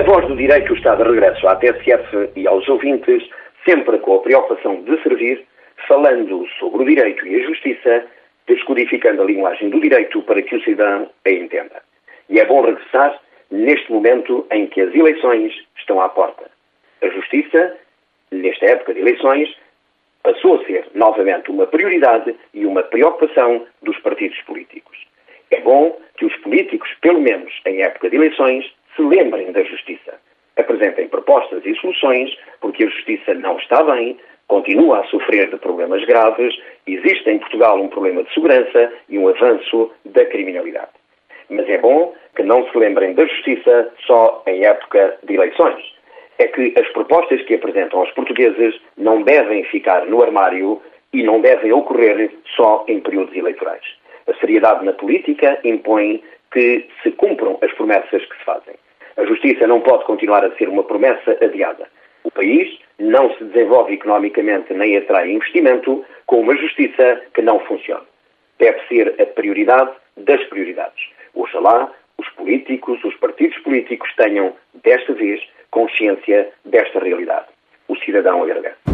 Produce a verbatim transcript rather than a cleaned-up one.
Voz do Direito está de regresso à T S F e aos ouvintes, sempre com a preocupação de servir, falando sobre o direito e a justiça, descodificando a linguagem do direito para que o cidadão a entenda. E é bom regressar neste momento em que as eleições estão à porta. A justiça, nesta época de eleições, passou a ser novamente uma prioridade e uma preocupação dos partidos políticos. É bom que os políticos, pelo menos em época de eleições, se lembrem da justiça. Apresentem propostas e soluções, porque a justiça não está bem, continua a sofrer de problemas graves, existe em Portugal um problema de segurança e um avanço da criminalidade. Mas é bom que não se lembrem da justiça só em época de eleições. É que as propostas que apresentam aos portugueses não devem ficar no armário e não devem ocorrer só em períodos eleitorais. A seriedade na política impõe que se cumpram as promessas que se fazem. A justiça não pode continuar a ser uma promessa adiada. O país não se desenvolve economicamente nem atrai investimento com uma justiça que não funciona. Deve ser a prioridade das prioridades. Oxalá os políticos, os partidos políticos tenham, desta vez, consciência desta realidade. O cidadão agradece.